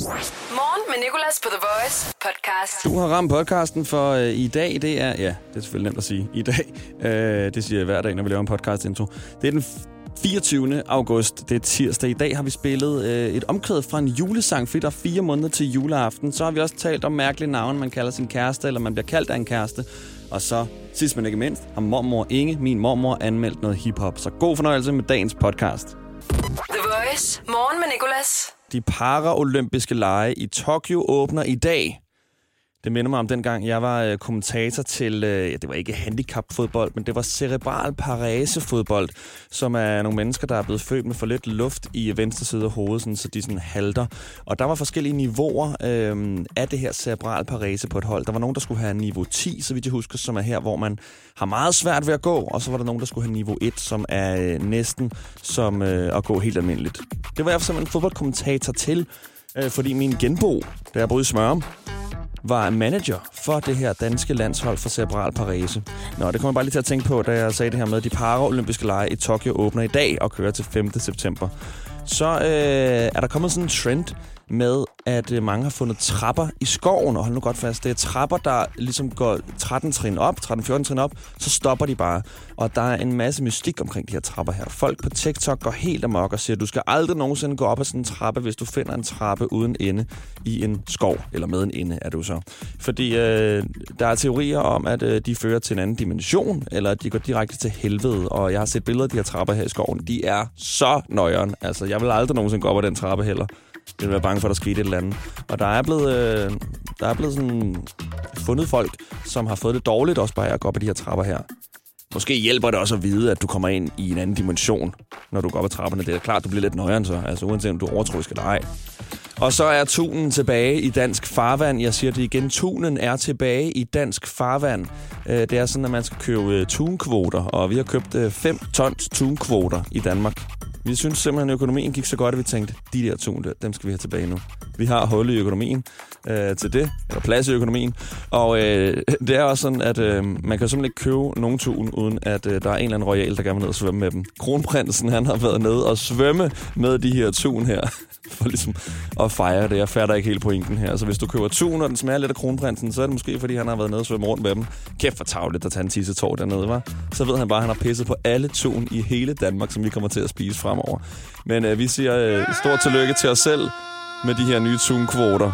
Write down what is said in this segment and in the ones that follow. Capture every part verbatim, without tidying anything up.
Morgen med Nicolas på The Voice podcast. Du har ramt podcasten for øh, i dag. Det er, ja, det er selvfølgelig nemt at sige. I dag, øh, det siger jeg hver dag, når vi laver en podcast intro. Det er den fireogtyvende august. Det er tirsdag. I dag har vi spillet øh, et omkvæd fra en julesang, fordi der er fire måneder til juleaften. Så har vi også talt om mærkelige navne, man kalder sin kæreste, eller man bliver kaldt af en kæreste. Og så, sidst men ikke mindst, har mormor Inge, min mormor, anmeldt noget hiphop. Så god fornøjelse med dagens podcast. The Voice. Morgen med Nicolas. De paraolympiske lege i Tokyo åbner i dag. Det minder mig om dengang, jeg var øh, kommentator til, øh, ja, det var ikke handicapfodbold, men det var cerebral parese-fodbold, som er nogle mennesker, der er blevet født med for lidt luft i venstre side af hovedet, sådan, så de sådan halter. Og der var forskellige niveauer øh, af det her cerebral parese på et hold. Der var nogen, der skulle have niveau ti, så vidt jeg husker, som er her, hvor man har meget svært ved at gå, og så var der nogen, der skulle have niveau et, som er øh, næsten som øh, at gå helt almindeligt. Det var jeg simpelthen fodboldkommentator til, øh, fordi min genbo, da jeg boede i Smørum, var manager for det her danske landshold for cerebral parese. Nå, det kommer jeg bare lige til at tænke på, da jeg sagde det her med, at de paraolympiske lege i Tokyo åbner i dag og kører til femte september. Så øh, er der kommet sådan en trend med, at øh, mange har fundet trapper i skoven, og hold nu godt fast, det er trapper, der ligesom går tretten trin op, tretten fjorten trin op, så stopper de bare. Og der er en masse mystik omkring de her trapper her. Folk på TikTok går helt amok og siger, at du skal aldrig nogensinde gå op ad sådan en trappe, hvis du finder en trappe uden ende i en skov, eller med en ende er du så. Fordi øh, der er teorier om, at øh, de fører til en anden dimension, eller at de går direkte til helvede, og jeg har set billeder af de her trapper her i skoven. De er så nøjeren. Altså, jeg vil aldrig nogensinde gå op ad den trappe heller. Det vil være bange for, at der skete et eller andet. Og der er blevet, øh, der er blevet sådan fundet folk, som har fået det dårligt også bare at gå op ad de her trapper her. Måske hjælper det også at vide, at du kommer ind i en anden dimension, når du går op ad trapperne. Det er klart, du bliver lidt nøjeren så, altså uanset om du er overtroisk eller ej. Og så er tunen tilbage i dansk farvand. Jeg siger det igen, tunen er tilbage i dansk farvand. Det er sådan, at man skal købe tunkvoter, og vi har købt fem tons tunkvoter i Danmark. Vi synes simpelthen, at økonomien gik så godt, at vi tænkte, de der tun der, dem skal vi have tilbage nu. Vi har hul i økonomien øh, til det, eller plads i økonomien. Og øh, det er også sådan, at øh, man kan simpelthen ikke købe nogen tun, uden at øh, der er en eller anden royal, der gerne vil ned og svømme med dem. Kronprinsen, han har været nede og svømme med de her tun her, for ligesom at fejre det. Jeg fatter ikke helt pointen her. Så hvis du køber tun, og den smager lidt af kronprinsen, så er det måske, fordi han har været nede og svømme rundt med dem. Kæft for tavligt at tage en tissetår dernede, var. Så ved han bare, at han har pisset på alle tun i hele Danmark, som vi kommer til at spise fremover. Men øh, vi siger øh, stort tillykke til os selv med de her nye tunkvoter.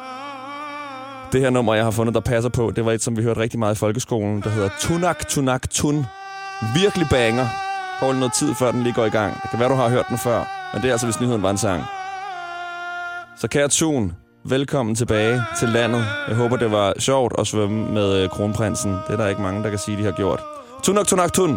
Det her nummer, jeg har fundet, der passer på, det var et, som vi hørte rigtig meget i folkeskolen, der hedder Tunak, Tunak, Tun. Virkelig banger. Hold noget tid, før den lige går i gang. Det kan være, du har hørt den før, men det er altså, hvis nyheden var en sang. Så kære tun, velkommen tilbage til landet. Jeg håber, det var sjovt at svømme med øh, kronprinsen. Det er der ikke mange, der kan sige, de har gjort. Tunak, Tunak, Tun.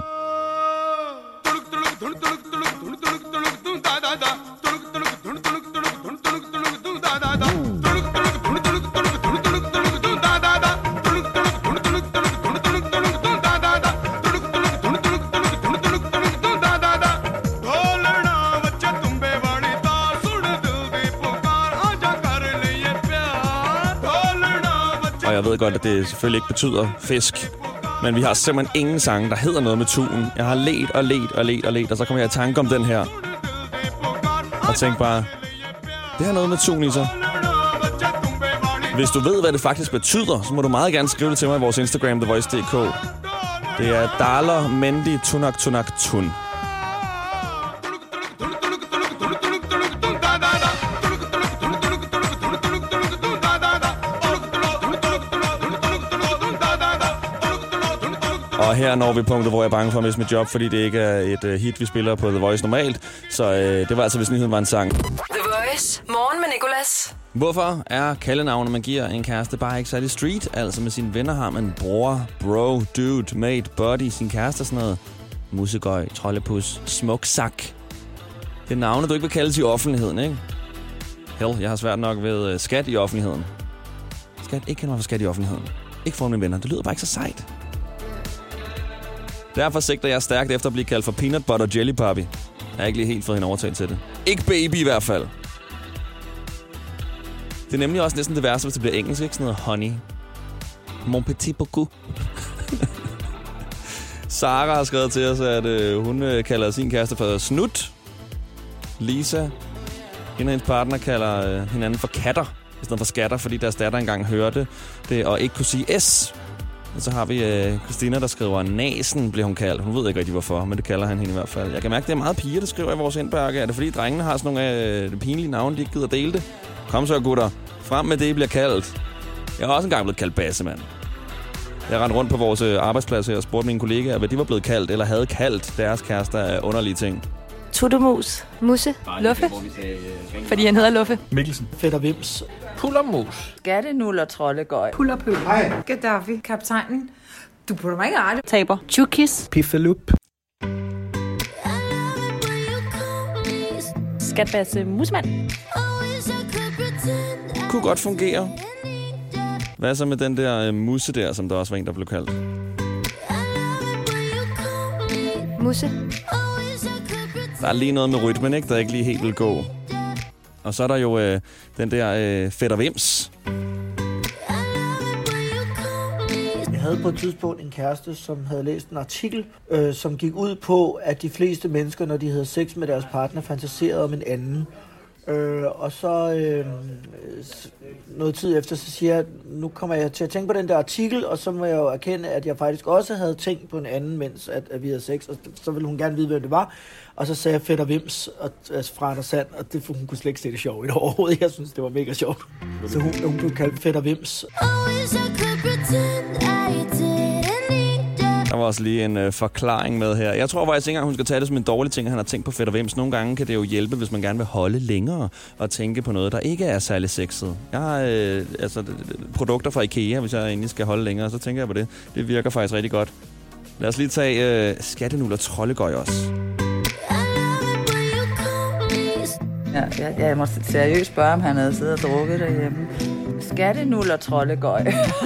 Og jeg ved godt, at det selvfølgelig ikke betyder fisk. Men vi har simpelthen ingen sange, der hedder noget med tunen. Jeg har let og let og let og let, og så kommer jeg i tanke om den her. Og tænk bare, det har noget med tun i sig. Hvis du ved, hvad det faktisk betyder, så må du meget gerne skrive det til mig i vores Instagram, the voice punktum d k. Det er Daler Mendi Tunak Tunak Tun. Og her når vi punktet, hvor jeg er bange for at miste mit job, fordi det ikke er et uh, hit, vi spiller på The Voice normalt. Så uh, det var altså, hvis nyheden var en sang. The Voice. Morgen med Nicolas. Hvorfor er kaldenavnet, man giver en kæreste, bare ikke særlig street? Altså med sine venner har man bror, bro, dude, mate, buddy, sin kæreste og sådan noget. Musigøj, trollepus, smuksak. Det er navne, du ikke vil kaldes i offentligheden, ikke? Hell, jeg har svært nok ved uh, skat i offentligheden. Skat, ikke kende mig for skat i offentligheden. Ikke for mine venner, det lyder bare ikke så sejt. Derfor sigter jeg stærkt efter at blive kaldt for peanut butter jelly puppy. Jeg har ikke lige helt fået hende overtalt til det. Ikke baby i hvert fald. Det er nemlig også næsten det værste, hvis det bliver engelsk, ikke? Sådan noget honey. Mon petit beaucoup. Sara har skrevet til os, at øh, hun øh, kalder sin kæreste for Snut. Lisa Hende og hendes partner kalder øh, hinanden for katter, i stedet for skatter, fordi deres datter engang hørte det, og ikke kunne sige S. Og så har vi øh, Christina, der skriver, Nasen bliver hun kaldt. Hun ved ikke rigtig hvorfor, men det kalder han hende i hvert fald. Jeg kan mærke, det er meget piger, der skriver i vores indbakke. Er det fordi drengene har sådan nogle øh, pinlige navne, de ikke gider dele det? Kom så, gutter. Frem med det, I bliver kaldt. Jeg har også engang blevet kaldt Bassemand. Jeg rendte rundt på vores arbejdsplads og spurgte mine kollegaer, hvad de var blevet kaldt, eller havde kaldt deres kærester af underlige ting. Tuttemus. Musse. Luffe. Fordi han hedder Luffe. Mikkelsen. Fætter Vims. Pullermus. Skattenuller, trollegøj. Pullerpøl. Hej. Gaddafi. Kaptajnen. Du putter mig ikke ret. Taber. Chukis. Piffelup. Skatbasse. Musemand. Kunne godt fungere. Hvad så med den der øh, musse der, som der også var en, der blev kaldt? Musse. Der er lige noget med rytmen, ikke? Der ikke lige helt vil gå. Og så er der jo øh, den der øh, Fætter Vims. Jeg havde på et tidspunkt en kæreste, som havde læst en artikel, øh, som gik ud på, at de fleste mennesker, når de havde sex med deres partner, fantaserede om en anden. Øh, og så øh, noget tid efter, så siger jeg, nu kommer jeg til at tænke på den der artikel, og så må jeg jo erkende, at jeg faktisk også havde tænkt på en anden, mens at, at vi havde sex, og så ville hun gerne vide, hvem det var. Og så sagde jeg Fætter Vims, og, altså fra og sand, og det, hun kunne slet ikke se det sjovt overhovedet. Jeg synes, det var mega sjovt. Så hun, hun blev kaldt Fætter Vims. Der var også lige en øh, forklaring med her. Jeg tror faktisk ikke engang, hun skal tage det som en dårlig ting, at han har tænkt på Fætter Vims. Nogle gange kan det jo hjælpe, hvis man gerne vil holde længere og tænke på noget, der ikke er særlig sexet. Jeg har øh, altså, produkter fra IKEA, hvis jeg egentlig skal holde længere, så tænker jeg på det. Det virker faktisk rigtig godt. Lad os lige tage øh, skattenuller trollegøj også. Ja, jeg, jeg må seriøst spørge, om han havde siddet og drukket derhjemme. Skattenuller, trollegøj.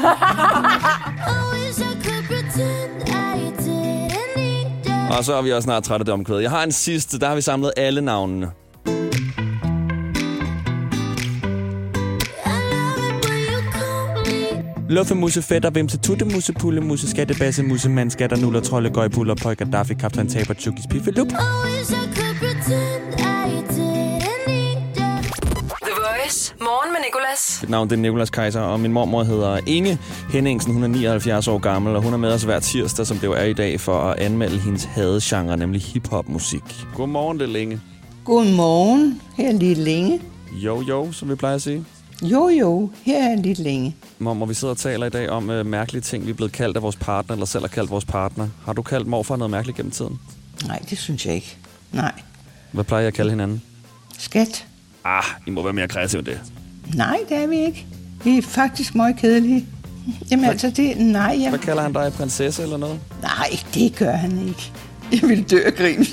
Og så er vi også snart trætte af det omkvæd. Jeg har en sidste, der har vi samlet alle navnene. Luffe, musse, fætter, vimse, tutte, musse, pulle, musse, skattebasse, musse, mand, skatter, nuller, trolde, gøj, puller, pøj, Gaddafi, kaptajn, taber, tjukis, piffelup. The Voice. Morgen med Nicolas. Mit navn det er Nicolas Kaiser, og min mormor hedder Inge Henningsen. Hun er nioghalvfjerds år gammel, og hun er med os hver tirsdag, som det jo er i dag, for at anmelde hendes hadegenre, nemlig hiphop-musik. Godmorgen, det er Længe. Godmorgen. Her er lidt længe. Jo, jo, som vi plejer at sige. Jo, jo. Her er lidt længe. Mormor, vi sidder og taler i dag om øh, mærkelige ting, vi er blevet kaldt af vores partner, eller selv har kaldt vores partner. Har du kaldt morfar noget mærkeligt gennem tiden? Nej, det synes jeg ikke. Nej. Hvad plejer jeg at kalde hinanden? Skat. Ah, I må være mere kreative end det. Nej, det er vi ikke. Vi er faktisk meget kedelige. Jamen altså, det... Nej, jeg... Hvad kalder han dig? Prinsesse eller noget? Nej, det gør han ikke. Jeg vil dø af grin.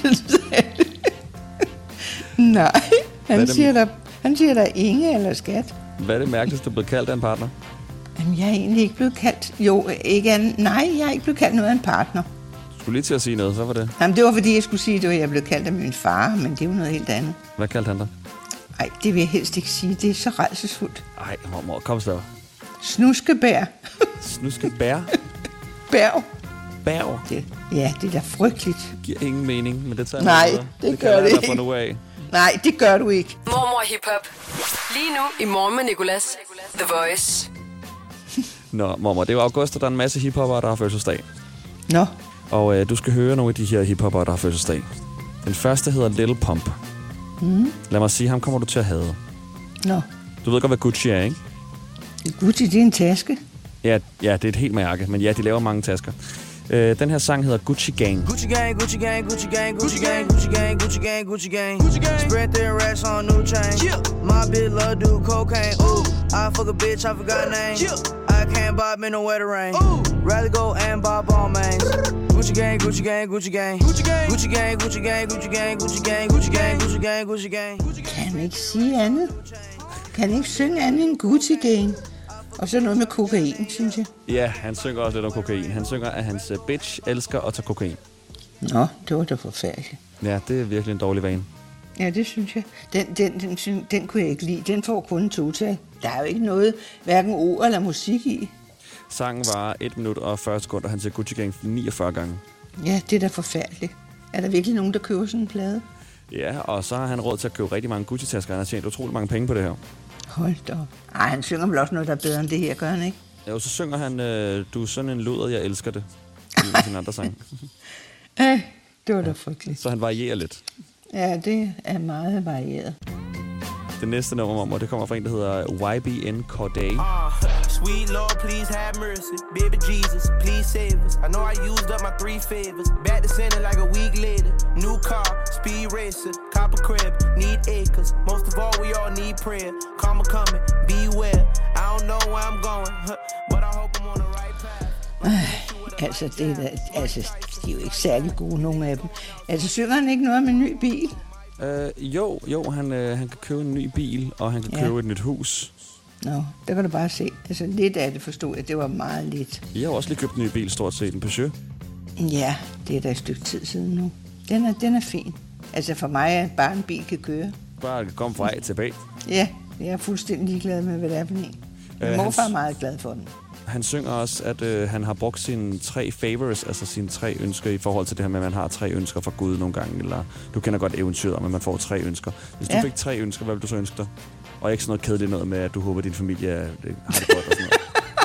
Nej, han det... siger, der, han siger der Inge eller skat. Hvad er det mærkeligste, du er blevet kaldt af en partner? Jamen, jeg er egentlig ikke blevet kaldt... Jo, ikke an... Nej, jeg er ikke blevet kaldt noget af en partner. Du skulle lige til at sige noget, så var det. Jamen, det var fordi, jeg skulle sige, at jeg blev kaldt af min far, men det er jo noget helt andet. Hvad kaldte han dig? Nej, det vil jeg helst ikke sige. Det er så rædselsfuldt. Ej, mormor, kom så. Snuskebær. Snuskebær? Bærg. Bærg? Det, ja, det er da frygteligt. Det giver ingen mening, men det tager Nej, jeg det, det gør det ikke. Nu af. Nej, det gør du ikke. Mormor hiphop. Lige nu i Morgen med Nicolas. The Voice. Nå, mormor, det er jo august, og der er en masse hiphopper, der har fødselsdag. Nå. Og øh, du skal høre nogle af de her hiphopper, der har fødselsdag. Den første hedder Lil Pump. Mm. Lad mig sige, ham kommer du til at hade. Nå. Du ved godt, hvad Gucci er, ikke? Gucci, det er en taske. Ja, ja, det er et helt mærke, men ja, de laver mange tasker. Øh, den her sang hedder Gucci Gang. Gucci Gang, Gucci Gang, Gucci Gang, Gucci Gang, Gucci Gang, Gucci Gang, Gucci Gang, Gucci Gang. Spread their racks on new chain. My bitch love do cocaine. Ooh, I fuck a bitch, I forgot name. I can't buy me no wetter rain. Rather go and buy ball mains. Gucci Gang, Gucci Gang, Gucci Gang, Gucci Gang, Gucci Gang, Gucci Gang, Gucci Gang, Gucci Gang, Gucci Gang, Gucci Gang, Gucci Gang. Kan han ikke sige andet? Kan han ikke synge andet end Gucci Gang? Og så noget med kokain, synes jeg. Ja, han synger også lidt om kokain. Han synger, at hans bitch elsker at tage kokain. Nå, det var da forfærdeligt. Ja, det er virkelig en dårlig vane. Ja, det synes jeg. Den, den, den, den, den kunne jeg ikke lide. Den får kun en total. Der er jo ikke noget, hverken ord eller musik i. Sangen var et minut og fyrre sekunder, og han siger Gucci Gang niogfyrre gange. Ja, det er da forfærdeligt. Er der virkelig nogen, der køber sådan en plade? Ja, og så har han råd til at købe rigtig mange Gucci-tasker. Han har tjent utrolig mange penge på det her. Hold da op. Ej, han synger vel også noget, der er bedre end det her, gør han ikke? Ja, så synger han, øh, du er sådan en luder, jeg elsker det. I sin andre sang. Øh, det var da frygteligt. Så han varierer lidt. Ja, det er meget varieret. Det næste nummer, Mommer, det kommer fra en, der hedder Y B N Corday. Uh, sweet Lord, please have mercy. Baby Jesus, please save us. I know I used up my three favors. Back to sending like a week later. New car, speed racer, copper crib, need acres. Most of all, we all need prayer. Karma coming, beware. I don't know where I'm going, but I hope I'm on the right path. Øh, altså, det er, da, altså, de er jo ikke særlig gode, nogle af dem. Altså, synger han ikke noget om en ny bil? Øh, jo, jo han, øh, han kan købe en ny bil, og han kan ja. købe et nyt hus. Nå, der kan du bare se. Altså, lidt af det forstod jeg, det var meget lidt. I har også lige købt en ny bil, stort set en Peugeot. Ja, det er da et stykke tid siden nu. Den er, den er fin. Altså, for mig er bare en bil kan køre. Bare kan komme fra A til B. Ja, jeg er fuldstændig ligeglad med, hvad det er for en. Min morfar er meget glad for den. Han synger også, at øh, han har brugt sine tre favors, altså sine tre ønsker i forhold til det her med, at man har tre ønsker fra Gud nogle gange. Eller du kender godt eventyret om, at man får tre ønsker. Hvis du ja. fik tre ønsker, hvad vil du så ønske dig? Og ikke sådan noget kedeligt noget med, at du håber, at din familie har det godt og sådan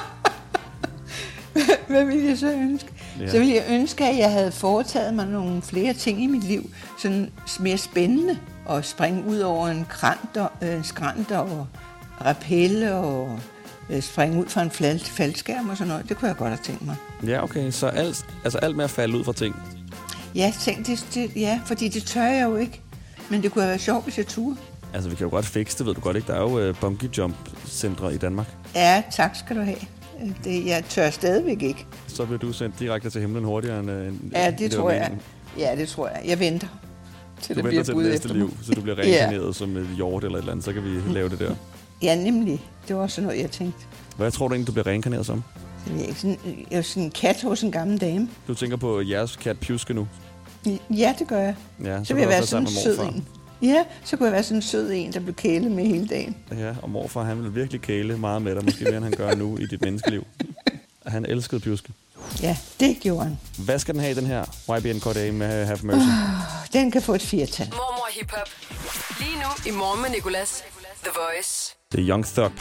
noget. Hvad vil jeg så ønske? Ja. Så ville jeg ønske, at jeg havde foretaget mig nogle flere ting i mit liv, sådan mere spændende, og springe ud over en krant og, øh, skrant og rappelle og øh, springe ud fra en fald, faldskærm og sådan noget. Det kunne jeg godt have tænkt mig. Ja, okay. Så alt, altså alt med at falde ud fra ting? Ja, tænk, det, det, ja, fordi det tør jeg jo ikke. Men det kunne have været sjovt, hvis jeg turde. Altså, vi kan jo godt fikse det, ved du godt ikke? Der er jo uh, bungee jump centre i Danmark. Ja, tak skal du have. Det, jeg tør stadigvæk ikke. Så bliver du sendt direkte til himlen hurtigere end... Uh, ja, det, det tror jeg. Ja, det tror jeg. Jeg venter. Til du det venter til det næste liv, så du bliver reinkarneret ja. som et hjort eller et eller andet. Så kan vi lave det der. Ja, nemlig. Det var også sådan noget, jeg tænkte. Hvad tror du egentlig, du bliver reinkarneret som? Jeg er sådan, jeg er sådan en kat hos en gammel dame. Du tænker på jeres kat Pjuske nu? Ja, det gør jeg. Ja, så, så vil jeg være sådan en sød en. Ja, så kunne jeg være sådan en sød en, der blev kælet med hele dagen. Ja, og morfar, han ville virkelig kæle meget med dig, måske mere end han gør nu i dit menneskeliv. Han elskede Pjuske. Ja, det gjorde han. Hvad skal den have, den her Y B N Corday med Have Mercy? Uh, den kan få et firtal. Mormor hiphop. Lige nu i Morgen med Nicolas. The Voice. Det er Young Thug.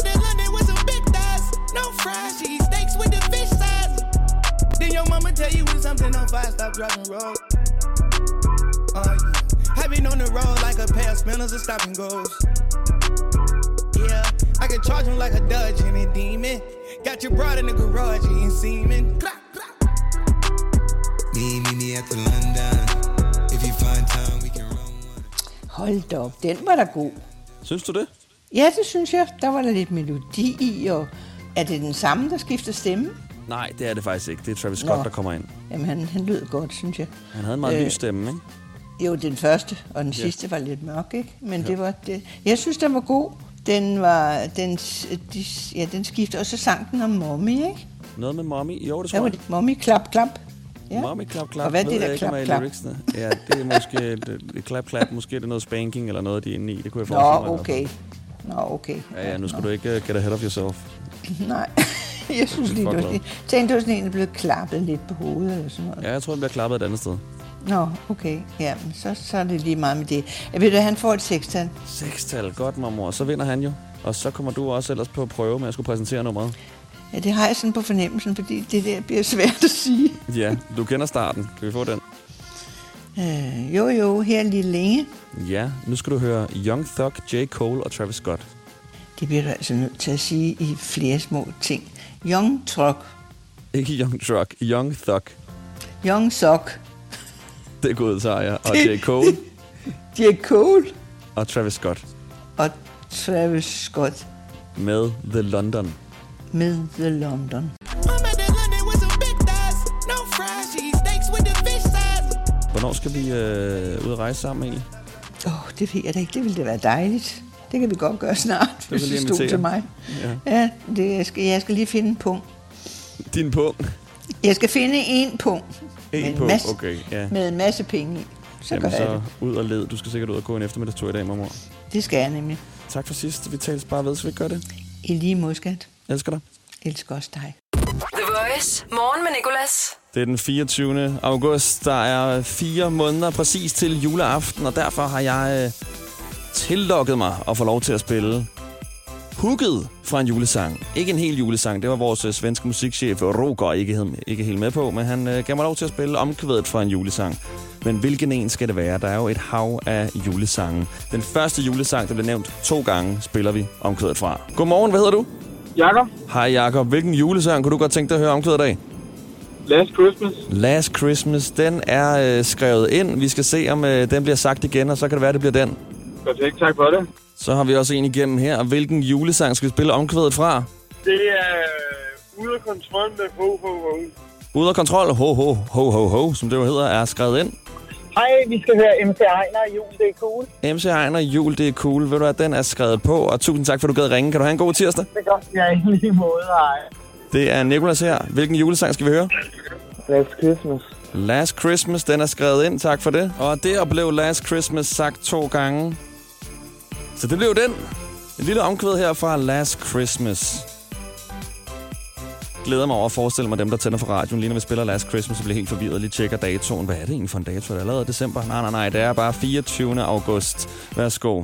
Then your mama tell you when something on fire, stop driving road. Oh yeah, I've been on the road like a pair of spinners and stopping goes. Yeah, I can charge him like a Dodge and a demon. Got your broad in the garage and semen. Me, me, me at the London. If you find time, we can run one. Hold da op, den var da god. Synes du det? Ja, det synes jeg. Der var der lidt melodi i, og er det den samme, der skifter stemme? Nej, det er det faktisk ikke. Det er Travis Scott, Nå. der kommer ind. Jamen, han, han lød godt, synes jeg. Han havde en meget øh, lys stemme, ikke? Jo, den første, og den ja. sidste var lidt mørk, ikke? Men ja. det var det. Jeg synes, den var god. Den var, den, de, ja, den skiftede, og så sang den om mommy, ikke? Noget med mommy? Jo, det tror jeg. Ja, mommy, klap, klap. Ja. Mommy, klap, klap. Og hvad er det der, klap, klap? Ja, det er måske et klap, klap. Måske er det noget spanking eller noget, de er inde i. Det kunne jeg forestille mig. Nå, okay. Nå, okay. Ja, ja, nu skal Nå. du ikke uh, get ahead of yourself. Nej. Jeg synes lige, du tænkte, du sådan en, der blev klappet lidt på hovedet eller sådan noget. Ja, jeg tror, den bliver klappet et andet sted. Nå, okay. Ja, men så, så er det lige meget med det. Jeg ved, at han får et sekstal. Sekstal, godt, mormor. Så vinder han jo. Og så kommer du også ellers på at prøve med at skulle præsentere nummeret. Ja, det har jeg sådan på fornemmelsen, fordi det der bliver svært at sige. Ja, du kender starten. Kan vi få den? Øh, jo, jo, her lige længe. Ja, nu skal du høre Young Thug, J. Cole og Travis Scott. Det bliver du altså nødt til at sige i flere små ting. Young Thug. Ikke Young Thug, Young Thug. Young Thug. Det er god sejr. Og J. Cole. J. Cole. Og Travis Scott. Og Travis Scott. Med The London. Med The London. Hvornår skal vi øh, ud og rejse sammen egentlig? Åh, oh, det ved jeg da ikke. Det ville da være dejligt. Det kan vi godt gøre snart, hvis det stod til mig. Ja, ja det, jeg, skal, jeg skal lige finde en punkt. Din punkt? Jeg skal finde en punkt. En punkt, masse, okay. Ja. Med en masse penge i. Så Jamen, gør jeg så det. ud og led. Du skal sikkert ud og gå en eftermiddagstur i dag, mormor. Det skal jeg nemlig. Tak for sidst. Vi tales bare ved, så vi gør det. I lige måde, skat. Elsker dig. Elsker også dig. The Voice. Morgen med Nicolas. Det er den fireogtyvende august. Der er fire måneder præcis til juleaften, og derfor har jeg øh, tillukket mig at få lov til at spille hooket fra en julesang. Ikke en hel julesang, det var vores øh, svenske musikchef Roger ikke, ikke helt med på, men han øh, gav mig lov til at spille omkvædet fra en julesang. Men hvilken en skal det være? Der er jo et hav af julesangen. Den første julesang, der blev nævnt to gange, spiller vi omkvædet fra. Godmorgen, hvad hedder du? Jakob. Hej Jakob, hvilken julesang kunne du godt tænke dig at høre omkvædet af? Last Christmas. Last Christmas, den er øh, skrevet ind. Vi skal se, om øh, den bliver sagt igen, og så kan det være, det bliver den. Perfekt, tak for det. Så har vi også en igennem her. Hvilken julesang skal vi spille omkvædet fra? Det er uh, Ude af kontrol med Ho Ho Ho. Ude af kontrol, ho ho ho ho ho, som det jo hedder, er skrevet ind. Hej, vi skal høre M C Ejner, Jul, det er cool. M C Ejner, Jul, det er cool. Ved du hvad, den er skrevet på, og tusind tak, for du gad ringe. Kan du have en god tirsdag? Det er godt, jeg er i lige måde, hej. Det er Nicolas her. Hvilken julesang skal vi høre? Last Christmas. Last Christmas, den er skrevet ind. Tak for det. Og det blev Last Christmas sagt to gange. Så det blev den. En lille omkvæd her fra Last Christmas. Glæder mig over at forestille mig dem, der tænder for radioen. Lige når vi spiller Last Christmas, så bliver helt forvirret. Lige tjekker datoen. Hvad er det egentlig for en dato? Er det allerede december? Nej, nej, nej. Det er bare fireogtyvende august. Værsgo.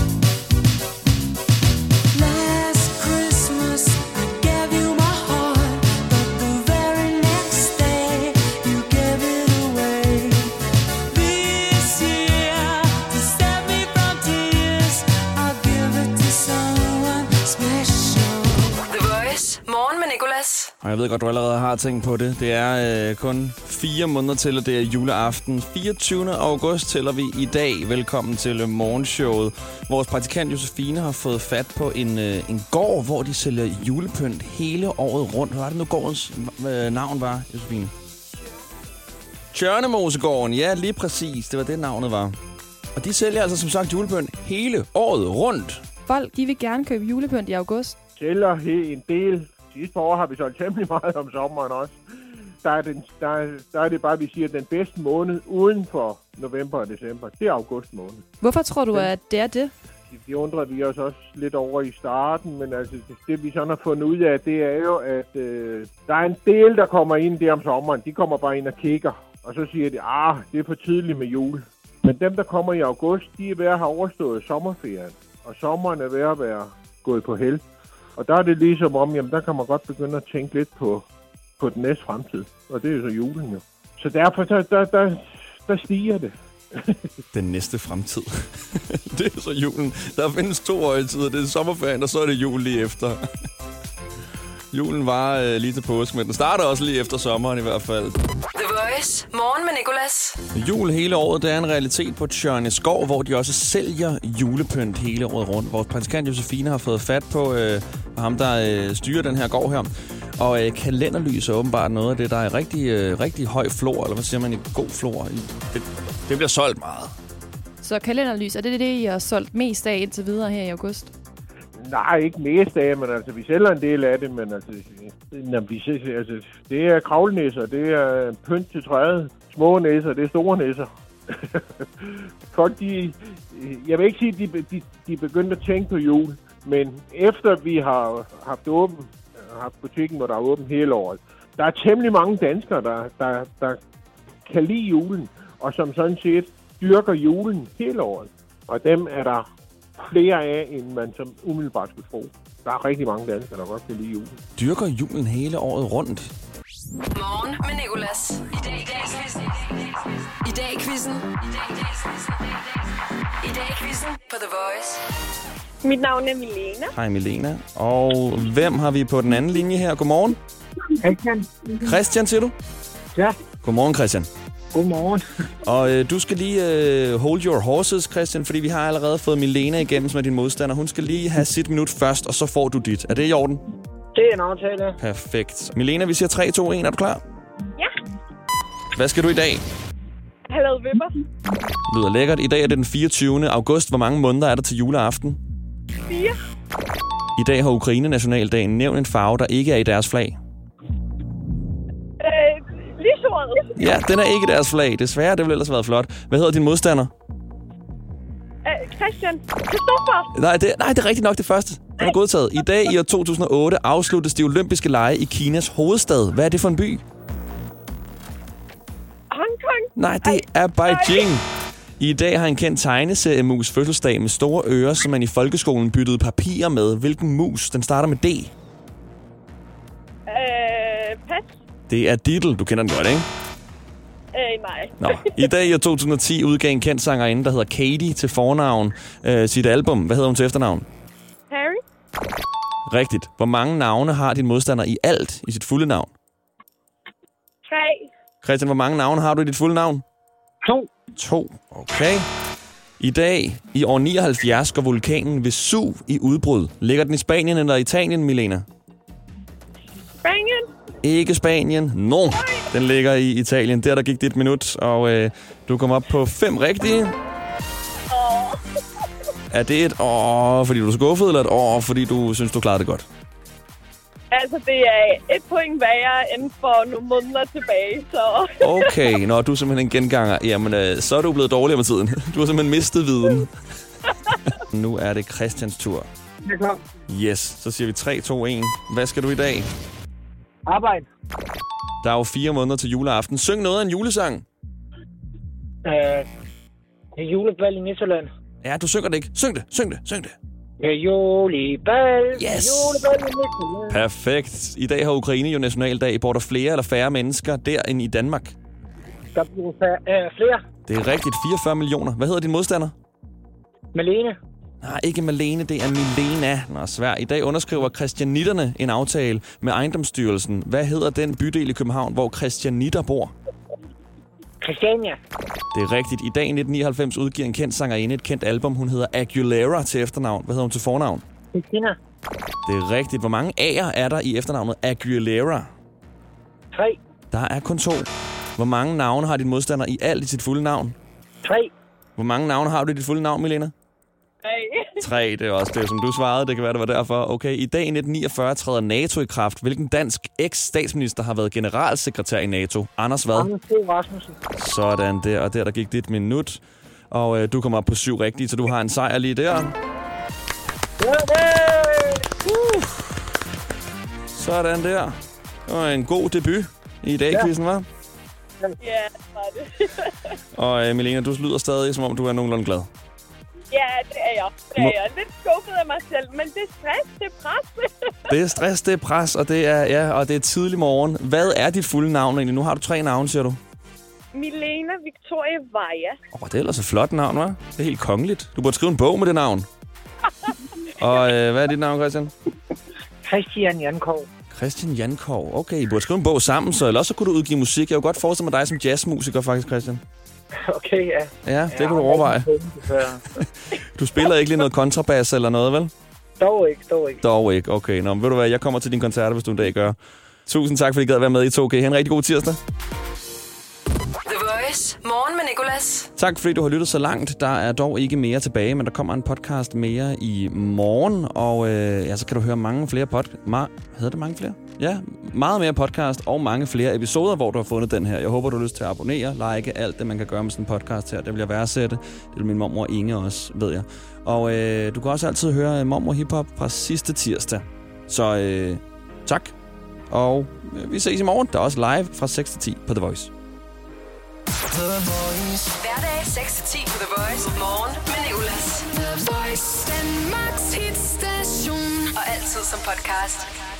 Og jeg ved godt, du allerede har tænkt på det. Det er øh, kun fire måneder til, at det er juleaften. fireogtyvende august tæller vi i dag. Velkommen til morgenshowet. Vores praktikant Josefine har fået fat på en, øh, en gård, hvor de sælger julepynt hele året rundt. Hvad var det nu gårdens øh, navn var, Josefine? Tjørnemosegården. Ja, lige præcis. Det var det, navnet var. Og de sælger altså som sagt julepynt hele året rundt. Folk, de vil gerne købe julepynt i august. Sælger en del. Sidste år har vi solgt temmelig meget om sommeren også. Der er, den, der, er, der er det bare, vi siger, at den bedste måned uden for november og december, det er august måned. Hvorfor tror du, at det er det? Det undrede vi os også lidt over i starten, men altså det, det vi sådan har fundet ud af, det er jo, at øh, der er en del, der kommer ind der om sommeren. De kommer bare ind og kigger, og så siger de, ah, det er for tidligt med jul. Men dem, der kommer i august, de er ved at have overstået sommerferien, og sommeren er ved at være gået på held. Og der er det ligesom om, jamen der kan man godt begynde at tænke lidt på, på den næste fremtid. Og det er jo så julen jo. Så derfor, der, der, der, der stiger det. Den næste fremtid. Det er så julen. Der findes to højtider. Det er sommerferien, og så er det jul lige efter. Julen var øh, lige til påske, men den starter også lige efter sommeren i hvert fald. The Voice. Morgen med Nicolas. Jul hele året, det er en realitet på Tjørneskov, hvor de også sælger julepynt hele året rundt. Vores praktikant Josefine har fået fat på øh, ham, der øh, styrer den her gård her. Og øh, kalenderlys er åbenbart noget af det, der er rigtig, øh, rigtig høj flor, eller hvad siger man, i god flor. Det, det bliver solgt meget. Så kalenderlys, er det det, I har solgt mest af indtil videre her i august? Nej, ikke mest af, men altså, vi sælger en del af det, men altså, når vi sælger, altså det er kravlenæsser, det er pynt til træet, små næsser, det er store næsser. Folk, de, jeg vil ikke sige, at de, de, de begyndte at tænke på jul, men efter vi har haft åben, haft butikken, hvor der er åben hele året, der er temmelig mange danskere, der, der, der kan lide julen, og som sådan set dyrker julen hele året. Og dem er der flere af, end man som umiddelbart skulle tro. Der er rigtig mange danskere, der godt kan lide julen. Dyrker julen hele året rundt? Morgen med Nicolas. I dag i quizzen. I dag i quizzen. I dag i quizzen på The Voice. Mit navn er Milena. Hej Milena. Og hvem har vi på den anden linje her? Godmorgen. Christian. Christian, siger du? Ja. Godmorgen, Christian. Godmorgen. Og øh, du skal lige øh, hold your horses, Christian, fordi vi har allerede fået Milena igennem, som er din modstander. Hun skal lige have sit minut først, og så får du dit. Er det i orden? Det er en aftale. Perfekt. Milena, vi siger tre, to, et. Er du klar? Ja. Hvad skal du i dag? Hello, Vipper. Lyder lækkert. I dag er det den fireogtyvende august. Hvor mange måneder er der til juleaften? Fire. I dag har Ukraine nationaldagen. Nævn en farve, der ikke er i deres flag. Øh, lyserød. Ja, den er ikke deres flag. Desværre, det ville ellers have været flot. Hvad hedder din modstander? Øh, Christian. Christoffer. Nej det, nej, det er rigtigt nok det første. Den er godtaget. I dag i år to tusind og otte afsluttes de olympiske lege i Kinas hovedstad. Hvad er det for en by? Hongkong. Nej, det er Beijing. I dag har en kendt tegneseriemus fødselsdag med store ører, som man i folkeskolen byttede papirer med. Hvilken mus? Den starter med D. Øh, pas. Det er Diddle. Du kender den godt, ikke? Øh, nej. Nå. I dag i år to tusind og ti udgav en kendt sangerinde, der hedder Katy til fornavn, øh, sit album. Hvad hedder hun til efternavn? Harry. Rigtigt. Hvor mange navne har din modstander i alt i sit fulde navn? Tre. Christian, hvor mange navne har du i dit fulde navn? To. To. Okay. I dag, i år nioghalvfjerds, går vulkanen Vesuv i udbrud. Ligger den i Spanien eller Italien, Milena? Spanien. Ikke Spanien. Nå, no. Den ligger i Italien. Der, der gik dit minut, og øh, du kom op på fem rigtige. Åh. Er det et åh, fordi du er skuffet, eller et åh, fordi du synes, du klarede det godt? Altså, det er et point værre end for nogle måneder tilbage, så... Okay, når du er simpelthen en genganger. Jamen, øh, så er du blevet dårligere med tiden. Du har simpelthen mistet viden. Nu er det Christians tur. Det er klart. Yes, så siger vi tre, to, et. Hvad skal du i dag? Arbejde. Der er jo fire måneder til juleaften. Syng noget af en julesang. Øh, det er julebal i Midtjylland. Ja, du synger det ikke. Syng det, syng det, syng det. Det er julebal. Yes. Julebal i Midtjylland. Perfekt. I dag har Ukraine jo nationaldag. Bor der flere eller færre mennesker der end i Danmark? Der bliver øh, flere. Det er rigtigt. fireogfyrre millioner. Hvad hedder din modstander? Malene. Nej, ikke Malene, det er Milena. Nå, svær. I dag underskriver Christianitterne en aftale med Ejendomsstyrelsen. Hvad hedder den bydel i København, hvor Christianitter bor? Christiania. Det er rigtigt. I dag i nitten nioghalvfems udgiver en kendt sangerinde et kendt album. Hun hedder Aguilera til efternavn. Hvad hedder hun til fornavn? Christina. Det er rigtigt. Hvor mange A'er er der i efternavnet Aguilera? Tre. Der er kun to. Hvor mange navne har din modstander i alt i sit fulde navn? Tre. Hvor mange navne har du i dit fulde navn, Milena? Tre, det er også det, som du svarede. Det kan være, det var derfor. Okay, i dag i nitten niogfyrre træder NATO i kraft. Hvilken dansk eks-statsminister har været generalsekretær i NATO? Anders hvad? Anders Fogh Rasmussen. Sådan der, og der, der gik dit minut. Og øh, du kommer op på syv rigtige, så du har en sejr lige der. Uh. Sådan der. Det var en god debut i dag, quizzen, hva'? Ja, det var det. Og øh, Milena, du lyder stadig, som om du er nogenlunde glad. Ja, det er jeg. Det er jeg. Lidt skuffet af mig selv, men det er stress, det er pres. Det er stress, det er pres, og det er, ja, og det er tidlig morgen. Hvad er dit fulde navn egentlig? Nu har du tre navne, siger du. Milena Victoria Vaja. Åh, oh, det er ellers et flot navn, hva'? Det er helt kongeligt. Du burde skrive en bog med det navn. Og øh, hvad er dit navn, Christian? Christian Jankov. Christian Jankov. Okay, I burde skrive en bog sammen, så ellers så kunne du udgive musik. Jeg kunne godt forestille mig dig som jazzmusiker, faktisk, Christian. Okay, ja. Ja, det ja, kunne du overveje. Du spiller ikke lige noget kontrabas eller noget, vel? Dog ikke, dog ikke. Dog ikke, okay. Nå, men ved du hvad, jeg kommer til din koncert, hvis du en dag gør. Tusind tak, fordi I gad være med i to K. Ha' en rigtig god tirsdag. The Voice. Morgen med Nicolas. Tak, fordi du har lyttet så langt. Der er dog ikke mere tilbage, men der kommer en podcast mere i morgen. Og øh, ja, så kan du høre mange flere pod... Ma- Hedder det mange flere? Ja, meget mere podcast og mange flere episoder, hvor du har fundet den her. Jeg håber, du har lyst til at abonnere, like, alt det, man kan gøre med sådan en podcast her. Det vil jeg værdsætte. Det vil min mormor Inge også, ved jeg. Og øh, du kan også altid høre mormor hiphop fra sidste tirsdag. Så øh, tak. Og øh, vi ses i morgen. Der er også live fra seks til ti på The Voice. Hverdag seks til ti på The Voice. Morgen med Nicolas. The Voice. Danmarks hitstation. Og altid som podcast.